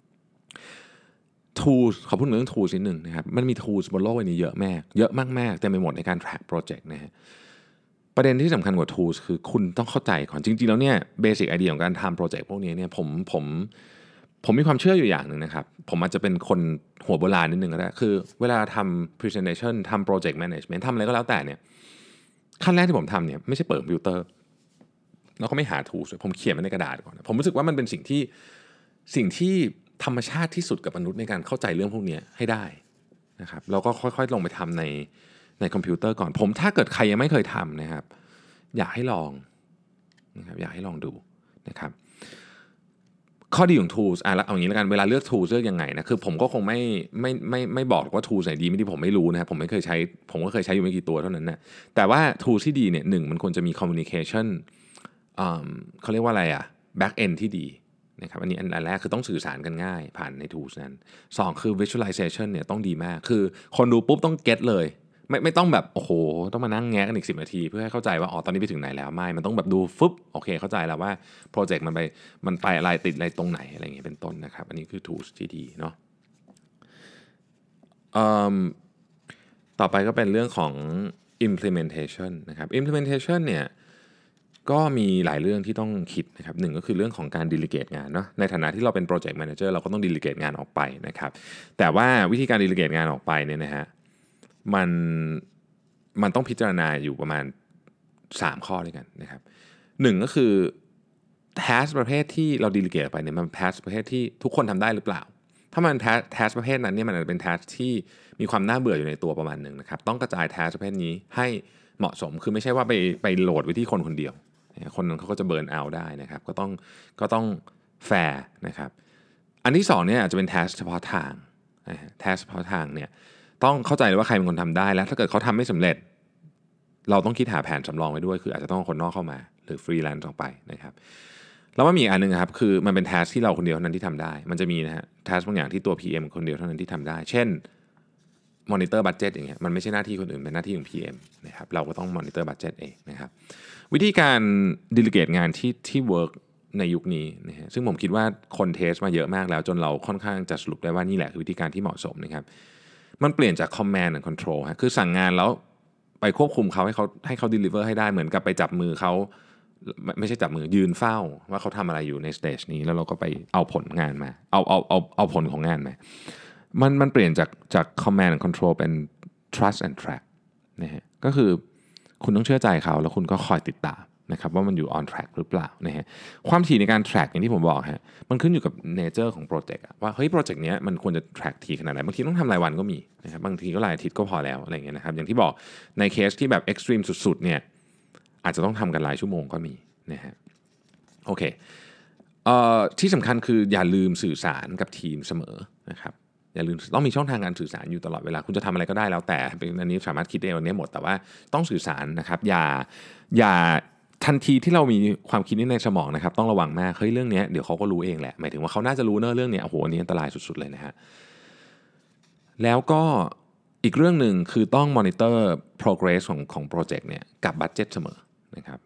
tools ขอพูดถึงเรื่อง tools นิดนึงนะครับมันมี tools บนโลกใบนี้เยอะมากเต็มไปหมดในการ track project นะฮะประเด็นที่สำคัญกว่า tools คือคุณต้องเข้าใจก่อนจริงๆแล้วเนี่ย basic idea ของการทำโปรเจกต์พวกนี้เนี่ยผมมีความเชื่ออยู่อย่างหนึ่งนะครับผมอาจจะเป็นคนหัวโบราณนิดนึงก็ได้คือเวลาทำ presentation ทำ project management ทำอะไรก็แล้วแต่เนี่ยขั้นแรกที่ผมทำเนี่ยไม่ใช่เปิดคอมพิวเตอร์แล้วก็ไม่หา tools ผมเขียนมันในกระดาษก่อนผมรู้สึกว่ามันเป็นสิ่งที่ธรรมชาติที่สุดกับมนุษย์ในการเข้าใจเรื่องพวกนี้ให้ได้นะครับแล้วก็ค่อยๆลงไปทำในคอมพิวเตอร์ก่อนถ้าเกิดใครยังไม่เคยทำนะครับอยากให้ลองนะครับอยากให้ลองดูนะครับข้อดีของ tools แล้วเอาอย่างนี้แล้วกันเวลาเลือก tools เลือกยังไงนะคือผมก็คงไม่บอกว่า tools ไหนดีไม่ดีผมไม่รู้นะครับผมก็เคยใช้อยู่ไม่กี่ตัวเท่านั้นนะแต่ว่า tools ที่ดีเนี่ยมันควรจะมี communication เขาเรียกว่าอะไรback end ที่ดีนะครับอันแรกคือต้องสื่อสารกันง่ายผ่านใน tools นั้น2คือ visualization เนี่ยต้องดีมากคือคนดูปุ๊บต้อง get เลยไม่ต้องแบบโอ้โหต้องมานั่งแงะกันอีก10นาทีเพื่อให้เข้าใจว่าตอนนี้ไปถึงไหนแล้วมันต้องแบบดูฟึบโอเคเข้าใจแล้วว่าโปรเจกต์มันไปอะไรติดอะไรตรงไหนอะไรอย่างเงี้ยเป็นต้นนะครับอันนี้คือ tools ที่ดีเนาะต่อไปก็เป็นเรื่องของ implementation นะครับ implementation เนี่ยก็มีหลายเรื่องที่ต้องคิดนะครับหนึ่งก็คือเรื่องของการ delegate งานเนาะในฐานะที่เราเป็น project manager เราก็ต้อง delegate งานออกไปนะครับแต่ว่าวิธีการ delegate งานออกไปเนี่ยนะฮะมันต้องพิจารณาอยู่ประมาณ3ข้อด้วยกันนะครับหนึ่งก็คือ task ประเภทที่เรา delegate ไปเนี่ยมัน task ประเภทที่ทุกคนทำได้หรือเปล่าถ้ามัน task ประเภทนั้นเนี่ยมันอาจจะเป็น task ที่มีความน่าเบื่ออยู่ในตัวประมาณหนึ่งนะครับต้องกระจาย task ประเภทนี้ให้เหมาะสมคือไม่ใช่ว่าไปโหลดไว้ที่คนเดียวคนนั้นเขาก็จะเบิร์นเอาได้นะครับก็ต้องแฟร์นะครับอันที่2เนี่ยอาจจะเป็น task เฉพาะทางtask เฉพาะทางเนี่ยต้องเข้าใจเลยว่าใครเป็นคนทำได้แล้วถ้าเกิดเขาทำไม่สำเร็จเราต้องคิดหาแผนสำรองไว้ด้วยคืออาจจะต้องเอาคนนอกเข้ามาหรือฟรีแลนซ์ออกไปนะครับแล้วมันมีอีกอันนึงครับคือมันเป็น task ที่เราคนเดียวเท่านั้นที่ทำได้มันจะมีนะฮะ task บางอย่างที่ตัว PM คนเดียวเท่านั้นที่ทำได้เช่น monitor budget อย่างเงี้ยมันไม่ใช่หน้าที่คนอื่นเป็นหน้าที่ของ PM นะครับเราก็ต้อง monitor budget เองนะครับวิธีการ delegate งานที่ work ในยุคนี้นะฮะซึ่งผมคิดว่าคนเทสมาเยอะมากแล้วจนเราค่อนข้างจะสรุปได้ว่านี่แหละคือวิธีการที่เหมาะสมนะครับมันเปลี่ยนจาก command and control ฮะคือสั่งงานแล้วไปควบคุมเขาให้เขา deliver ให้ได้เหมือนกับไปจับมือเขาไม่ใช่จับมือยืนเฝ้าว่าเขาทำอะไรอยู่ในสเตจนี้แล้วเราก็ไปเอาผลงานมาเอาผลของงานมามันเปลี่ยนจาก command and control เป็น trust and track นะฮะก็คือคุณต้องเชื่อใจเขาแล้วคุณก็คอยติดตามนะครับว่ามันอยู่ on track หรือเปล่านะฮะความถี่ในการ track อย่างที่ผมบอกฮะมันขึ้นอยู่กับ nature ของโปรเจกต์ว่าเฮ้ยโปรเจกต์นี้มันควรจะ track ทีขนาดไหนบางทีต้องทำรายวันก็มีนะครับบางทีก็รายอาทิตย์ก็พอแล้วอะไรอย่างเงี้ยนะครับอย่างที่บอกในเคสที่แบบ extreme สุดๆเนี่ยอาจจะต้องทำกันหลายชั่วโมงก็มีนะฮะโอเคที่สำคัญคืออย่าลืมสื่อสารกับทีมเสมอนะครับอย่าลืมต้องมีช่องทางการสื่อสารอยู่ตลอดเวลาคุณจะทำอะไรก็ได้แล้วแต่เป็นอันนี้สามารถคิดได้วันนี้หมดแต่ว่าต้องสื่อสารนะครับอย่าทันทีที่เรามีความคิดนี้ในสมองนะครับต้องระวังมากเฮ้ยเรื่องนี้เดี๋ยวเขาก็รู้เองแหละหมายถึงว่าเขาน่าจะรู้เนอะเรื่องนี้โอ้โหอันนี้อันตรายสุดๆเลยนะฮะแล้วก็อีกเรื่องหนึ่งคือต้อง monitor progress ของโปรเจกต์เนี่ยกับบัดเจ็ตเสมอนะครับ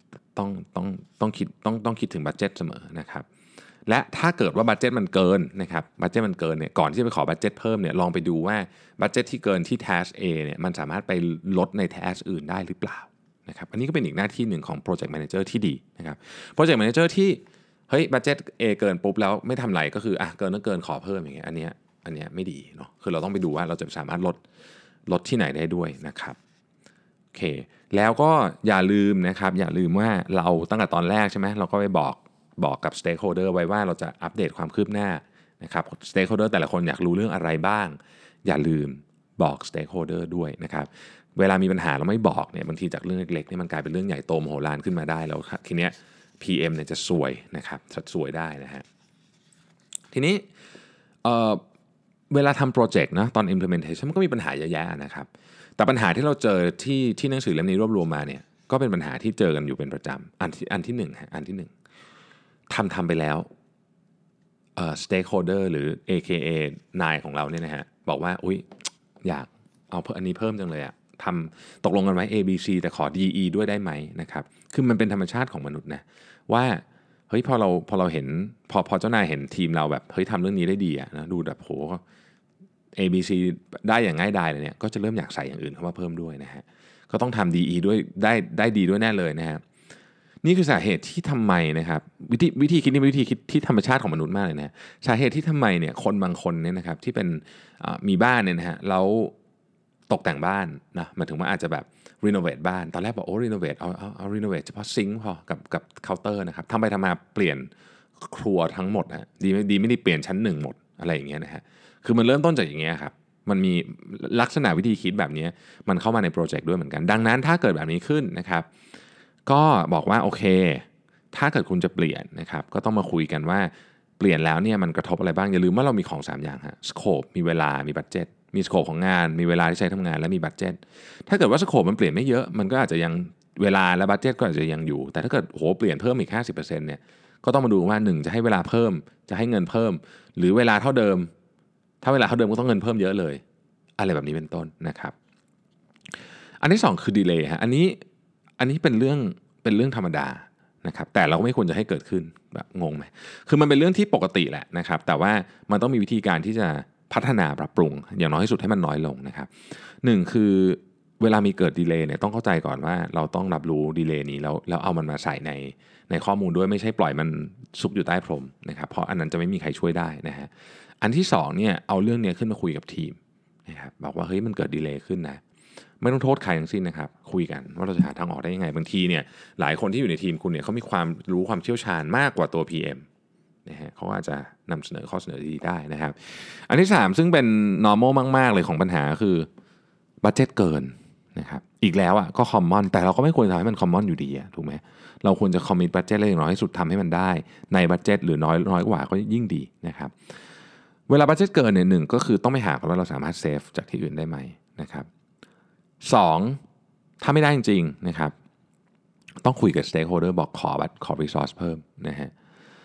ต้องคิดถึงบัดเจ็ตเสมอนะครับและถ้าเกิดว่าบัดเจ็ตมันเกินนะครับบัดเจ็ตมันเกินเนี่ยก่อนที่จะไปขอบัดเจ็ตเพิ่มเนี่ยลองไปดูว่าบัดเจ็ตที่เกินที่ task A เนี่ยมันสามารถไปลดใน task อื่นได้หรือเปล่านะครับอันนี้ก็เป็นอีกหน้าที่หนึ่งของ project manager ที่ดีนะครับ project manager ที่เฮ้ยบัดเจ็ต A เกินปุ๊บแล้วไม่ทำไรก็คือเกินก็เกินขอเพิ่มอย่างเงี้ยอันเนี้ยไม่ดีเนาะคือเราต้องไปดูว่าเราจะสามารถลดที่ไหนได้ด้วยนะครับโอเคแล้วก็อย่าลืมนะครับอย่าลืมว่าเราตั้งแต่ตอนแรกใช่ไหมเราก็ไปบอกกับ stakeholder ไว้ว่าเราจะอัปเดตความคืบหน้านะครับ stakeholder แต่ละคนอยากรู้เรื่องอะไรบ้างอย่าลืมบอก stakeholder ด้วยนะครับเวลามีปัญหาเราไม่บอกเนี่ยบางทีจากเรื่องเล็กๆเนี่ยมันกลายเป็นเรื่องใหญ่โตมโหฬารขึ้นมาได้แล้วทีเนี้ย PM เนี่ยจะซวยนะครับซวยได้นะฮะทีนี้เวลาทำโปรเจกต์นะตอน implementation มันก็มีปัญหาเยอะแยะนะครับแต่ปัญหาที่เราเจอที่หนังสือเล่มนี้รวบรวมมาเนี่ยก็เป็นปัญหาที่เจอกันอยู่เป็นประจำอันที่หนึ่งฮะอันที่หนึ่งทำไปแล้วstakeholder หรือ AKA นายของเราเนี่ยนะฮะบอกว่าอุ๊ยอยากเอาอันนี้เพิ่มจังเลยอะตกลงกันไว้ A B C แต่ขอ DE ด้วยได้ไหมนะครับคือมันเป็นธรรมชาติของมนุษย์นะว่าเฮ้ยพอเราเห็นพอเจ้านายเห็นทีมเราแบบเฮ้ยทำเรื่องนี้ได้ดีอะนะดูแบบโห A B C ได้อย่างง่ายดายเลยเนี่ยก็จะเริ่มอยากใส่อย่างอื่นเข้ามาเพิ่มด้วยนะฮะก็ต้องทำ DE ด้วยได้ดีด้วยแน่เลยนะฮะนี่คือสาเหตุที่ทำไมนะครับวิธีคิดนี่เป็นวิธีคิดที่ธรรมชาติของมนุษย์มากเลยนะสาเหตุที่ทำไมเนี่ยคนบางคนเนี่ยนะครับที่เป็นมีบ้านเนี่ยนะฮะแล้วตกแต่งบ้านนะหมายถึงว่าอาจจะแบบรีโนเวทบ้านตอนแรกบอกโอ้รีโนเวทเอารีโนเวทเฉพาะซิงค์พอกับเคาน์เตอร์นะครับทำไปทำมาเปลี่ยนครัวทั้งหมดฮะดีไม่ได้เปลี่ยนชั้นหนึ่งหมดอะไรอย่างเงี้ยนะฮะคือมันเริ่มต้นจากอย่างเงี้ยครับมันมีลักษณะวิธีคิดแบบนี้มันเข้ามาในโปรเจกต์ด้วยเหมือนกันดังนั้นถ้าเกิดแบบนี้ขึ้นนะครับก็บอกว่าโอเคถ้าเกิดคุณจะเปลี่ยนนะครับก็ต้องมาคุยกันว่าเปลี่ยนแล้วเนี่ยมันกระทบอะไรบ้างอย่าลืมว่าเรามีของ3อย่างฮะสโคปมีเวลามีบัดเจ็ตมีสโคปของงานมีเวลาที่ใช้ทำงานและมีบัดเจ็ตถ้าเกิดว่าสโคปมันเปลี่ยนไม่เยอะมันก็อาจจะยังเวลาและบัดเจ็ตก็อาจจะยังอยู่แต่ถ้าเกิดโหเปลี่ยนเพิ่มอีก 50% เนี่ยก็ต้องมาดูว่า1จะให้เวลาเพิ่มจะให้เงินเพิ่มหรือเวลาเท่าเดิมถ้าเวลาเท่าเดิมก็ต้องเงินเพิ่มเยอะเลยอะไรแบบนี้เป็นต้นนะครับอันที่2คือดีเลย์ฮะอันนี้เป็นเรื่องธรรมดานะครับแต่เราก็ไม่ควรจะให้เกิดขึ้นแบบงงไหมคือมันเป็นเรื่องที่ปกติแหละนะครับแต่ว่ามันต้องมีวิธีการที่จะพัฒนาปรับปรุงอย่างน้อยที่สุดให้มันน้อยลงนะครับ1คือเวลามีเกิดดีเลย์เนี่ยต้องเข้าใจก่อนว่าเราต้องรับรู้ดีเลย์นี้แล้วเอามันมาใส่ในข้อมูลด้วยไม่ใช่ปล่อยมันซุกอยู่ใต้พรมนะครับเพราะอันนั้นจะไม่มีใครช่วยได้นะฮะอันที่2เนี่ยเอาเรื่องนี้ขึ้นมาคุยกับทีมนะครับบอกว่าเฮ้ยมันเกิดดีเลย์ขึ้นนะไม่ต้องโทษใครทั้งสิ้นนะครับคุยกันว่าเราจะหาทางออกได้ยังไงบางทีเนี่ยหลายคนที่อยู่ในทีมคุณเนี่ยเขามีความรู้ความเชี่ยวชาญมากกว่าตัว PM นะฮะเขาอาจจะนำเสนอข้อเสนอดีๆได้นะครับอันที่3ซึ่งเป็น normal มากๆเลยของปัญหาคือบัดเจ็ตเกินนะครับอีกแล้วอ่ะก็ common แต่เราก็ไม่ควรทำให้มัน common อยู่ดีถูกไหมเราควรจะ commit budget เลยอย่างน้อยที่สุดทำให้มันได้ในบัดเจ็ตหรือน้อยกว่าก็ยิ่งดีนะครับเวลาบัดเจ็ตเกินเนี่ย1ก็คือต้องไปหาว่าเราสามารถเซฟจากที่อื่นได้ไหมนะครับ2ถ้าไม่ได้จริงๆนะครับต้องคุยกับ stakeholder บอกขอ resource เพิ่มนะฮะ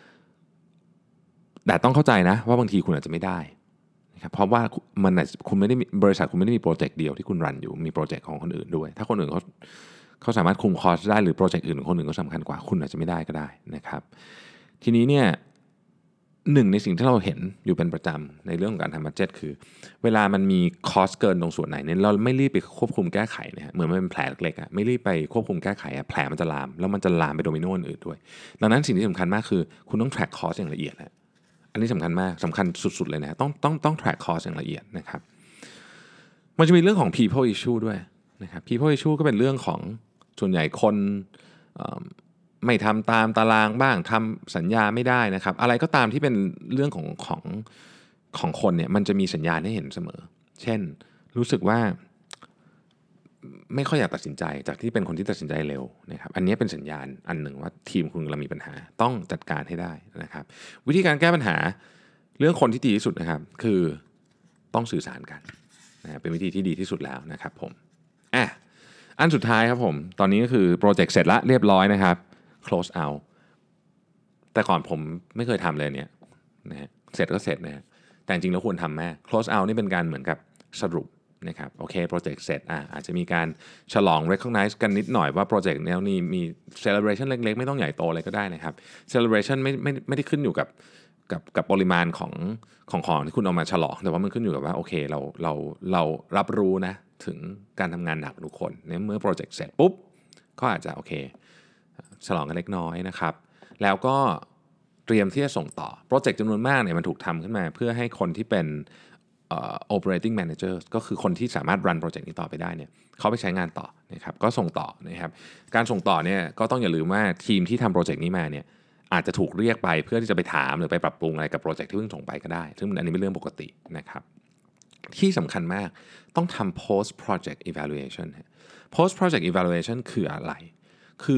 แต่ต้องเข้าใจนะว่าบางทีคุณอาจจะไม่ได้นะครับเพราะว่ามันอาจจะคุณไม่ได้มีบริษัทคุณไม่ได้มีโปรเจกต์เดียวที่คุณรันอยู่มีโปรเจกต์ของคนอื่นด้วยถ้าคนอื่นเขาสามารถคุมคอสได้หรือโปรเจกต์อื่นของคนอื่นก็สำคัญกว่าคุณอาจจะไม่ได้ก็ได้นะครับทีนี้เนี่ยหนึ่งในสิ่งที่เราเห็นอยู่เป็นประจำในเรื่องของการทำบัดเจ็ตคือเวลามันมีคอสเกินตรงส่วนไหนเนี่ยเราไม่รีบไปควบคุมแก้ไขนะฮะเหมือนมันเป็นแผลเล็กๆอ่ะไม่รีบไปควบคุมแก้ไขอ่ะแผลมันจะลามแล้วมันจะลามไปโดมิโนอื่นด้วยดังนั้นสิ่งที่สำคัญมากคือคุณต้อง track cost อย่างละเอียดนะอันนี้สำคัญมากสำคัญสุดๆเลยนะต้อง track cost อย่างละเอียดนะครับมันจะมีเรื่องของ people issue ด้วยนะครับ people issue ก็เป็นเรื่องของส่วนใหญ่คนไม่ทำตามตารางบ้างทำสัญญาไม่ได้นะครับอะไรก็ตามที่เป็นเรื่องของคนเนี่ยมันจะมีสัญญาณให้เห็นเสมอเช่นรู้สึกว่าไม่ค่อยอยากตัดสินใจจากที่เป็นคนที่ตัดสินใจเร็วนะครับอันนี้เป็นสัญญาณอันหนึ่งว่าทีมคุณกำลังมีปัญหาต้องจัดการให้ได้นะครับวิธีการแก้ปัญหาเรื่องคนที่ดีที่สุดนะครับคือต้องสื่อสารกันนะเป็นวิธีที่ดีที่สุดแล้วนะครับผมอันสุดท้ายครับผมตอนนี้ก็คือโปรเจกต์เสร็จละเรียบร้อยนะครับ close out แต่ก่อนผมไม่เคยทำเลยเนี่ยนะฮะเสร็จก็เสร็จนะฮะแต่จริงแล้วควรทำแม่ close out นี่เป็นการเหมือนกับสรุปนะครับโอเคโปรเจกต์เสร็จอาจจะมีการฉลอง recognize กันนิดหน่อยว่าโปรเจกต์นี้มี celebration เล็กๆไม่ต้องใหญ่โตอะไรก็ได้นะครับ celebration ไม่ได้ขึ้นอยู่กับปริมาณของที่คุณเอามาฉลองแต่ว่ามันขึ้นอยู่กับว่าโอเคเรารับรู้นะถึงการทำงานหนักทุกคนเนี่ยเมื่อโปรเจกต์เสร็จปุ๊บก็อาจจะโอเคฉลองกันเล็กน้อยนะครับแล้วก็เตรียมที่จะส่งต่อโปรเจกต์จำนวนมากเนี่ยมันถูกทำขึ้นมาเพื่อให้คนที่เป็นoperating manager ก็คือคนที่สามารถรันโปรเจกต์นี้ต่อไปได้เนี่ยเขาไปใช้งานต่อนะครับก็ส่งต่อนะครับการส่งต่อเนี่ยก็ต้องอย่าลืมว่าทีมที่ทำโปรเจกต์นี้มาเนี่ยอาจจะถูกเรียกไปเพื่อที่จะไปถามหรือไปปรับปรุงอะไรกับโปรเจกต์ที่เพิ่งส่งไปก็ได้ซึ่งอันนี้เป็นเรื่องปกตินะครับที่สำคัญมากต้องทำ post project evaluation post project evaluation คืออะไรคือ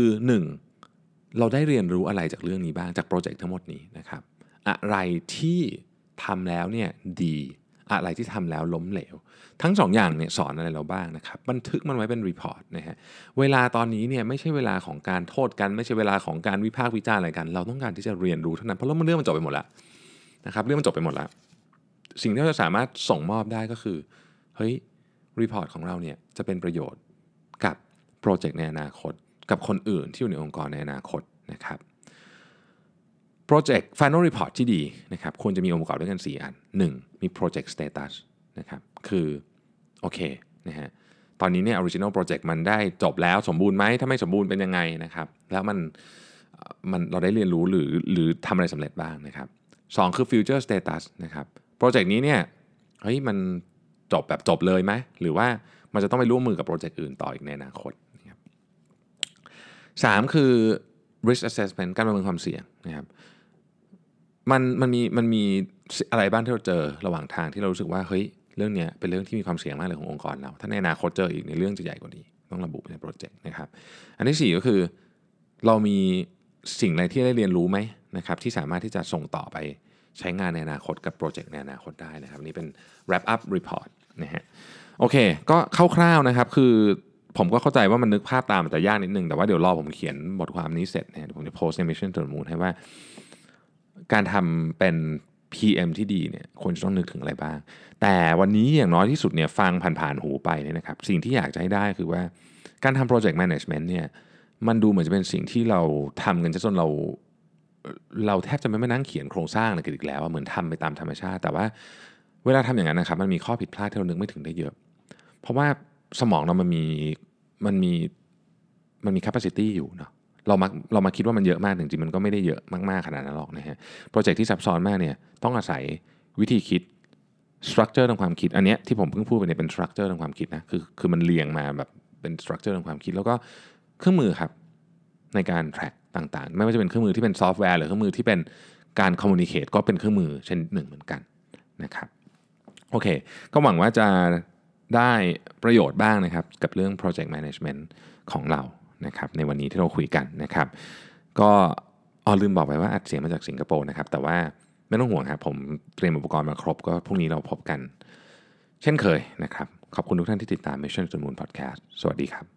1. เราได้เรียนรู้อะไรจากเรื่องนี้บ้างจากโปรเจกต์ทั้งหมดนี้นะครับอะไรที่ทำแล้วเนี่ยดีอะไรที่ทำแล้วล้มเหลวทั้ง2 อย่างเนี่ยสอนอะไรเราบ้างนะครับบันทึกมันไว้เป็นรีพอร์ตนะฮะเวลาตอนนี้เนี่ยไม่ใช่เวลาของการโทษกันไม่ใช่เวลาของการวิพากษ์วิจารณ์อะไรกันเราต้องการที่จะเรียนรู้เท่านั้นเพราะเรื่องมันจบไปหมดแล้วนะครับเรื่องมันจบไปหมดแล้วสิ่งที่เราจะสามารถส่งมอบได้ก็คือเฮ้ยรีพอร์ตของเราเนี่ยจะเป็นประโยชน์กับโปรเจกต์ในอนาคตกับคนอื่นที่อยู่ในองค์กรในอนาคตนะครับโปรเจกต์ Final Report ที่ดีนะครับควรจะมีองค์ประกอบด้วยกัน4 อัน 1. มี Project Status นะครับคือโอเคนะฮะตอนนี้เนี่ย Original Project มันได้จบแล้วสมบูรณ์ไหมถ้าไม่สมบูรณ์เป็นยังไงนะครับแล้วมันเราได้เรียนรู้หรือทำอะไรสำเร็จบ้างนะครับ2คือ Future Status นะครับโปรเจกต์นี้เนี่ยเฮ้ยมันจบแบบจบเลยไหมหรือว่ามันจะต้องไปร่วมมือกับโปรเจกต์อื่นต่ออีกในอนาคตนะครับ3คือ risk assessment การประเมินความเสี่ยงนะครับมันมีอะไรบ้างที่เราเจอระหว่างทางที่เรารู้สึกว่าเฮ้ยเรื่องนี้เป็นเรื่องที่มีความเสี่ยงมากเลยขององค์กรเราถ้าในอนาคตเจออีกในเรื่องจะใหญ่กว่านี้ต้องระบุในโปรเจกต์นะครับอันที่4ก็คือเรามีสิ่งอะไรที่ได้เรียนรู้ไหมนะครับที่สามารถที่จะส่งต่อไปใช้งานในอนาคตกับโปรเจกต์ในอนาคตได้นะครับนี่เป็น wrap up report นะฮะโอเคก็คร่าวๆนะครับคือผมก็เข้าใจว่ามันนึกภาพตามมันจะยากนิดนึงแต่ว่าเดี๋ยวรอผมเขียนบทความนี้เสร็จเนี่ยผมจะโพสต์ใน Mission to the Moon ให้ว่าการทำเป็น PM ที่ดีเนี่ยควรจะต้องนึกถึงอะไรบ้างแต่วันนี้อย่างน้อยที่สุดเนี่ยฟังผ่านๆหูไปเนี่ยนะครับสิ่งที่อยากจะให้ได้คือว่าการทำ Project Management เนี่ยมันดูเหมือนจะเป็นสิ่งที่เราทำกันจนเราแทบจะไม่มานั่งเขียนโครงสร้างอะไรกันอีกแล้วเหมือนทำไปตามธรรมชาติแต่ว่าเวลาทำอย่างนั้นนะครับมันมีข้อผิดพลาดที่เรานึกไม่ถึงได้เยอะเพราะว่าสมองเรามันมี capacity อยู่เนาะเรามาคิดว่ามันเยอะมากจริงๆมันก็ไม่ได้เยอะมากๆขนาดนั้นหรอกนะฮะโปรเจกต์ที่ซับซ้อนมากเนี่ยต้องอาศัยวิธีคิด structure ทางความคิดอันเนี้ยที่ผมเพิ่งพูดไปเนี่ยเป็น structure ทางความคิดนะคือมันเรียงมาแบบเป็น structure ทางความคิดแล้วก็เครื่องมือครับในการ track ต่างๆไม่ว่าจะเป็นเครื่องมือที่เป็นซอฟต์แวร์หรือเครื่องมือที่เป็นการ communicate ก็เป็นเครื่องมือเช่นหนึ่งเหมือนกันนะครับโอเคก็หวังว่าจะได้ประโยชน์บ้างนะครับกับเรื่อง project management ของเรานะครับในวันนี้ที่เราคุยกันนะครับก็ลืมบอกไปว่าอัดเสียงมาจากสิงคโปร์นะครับแต่ว่าไม่ต้องห่วงครับผมเตรียมอุปกรณ์มาครบก็พรุ่งนี้เราพบกันเช่นเคยนะครับขอบคุณทุกท่านที่ติดตาม Mission to the Moon Podcast สวัสดีครับ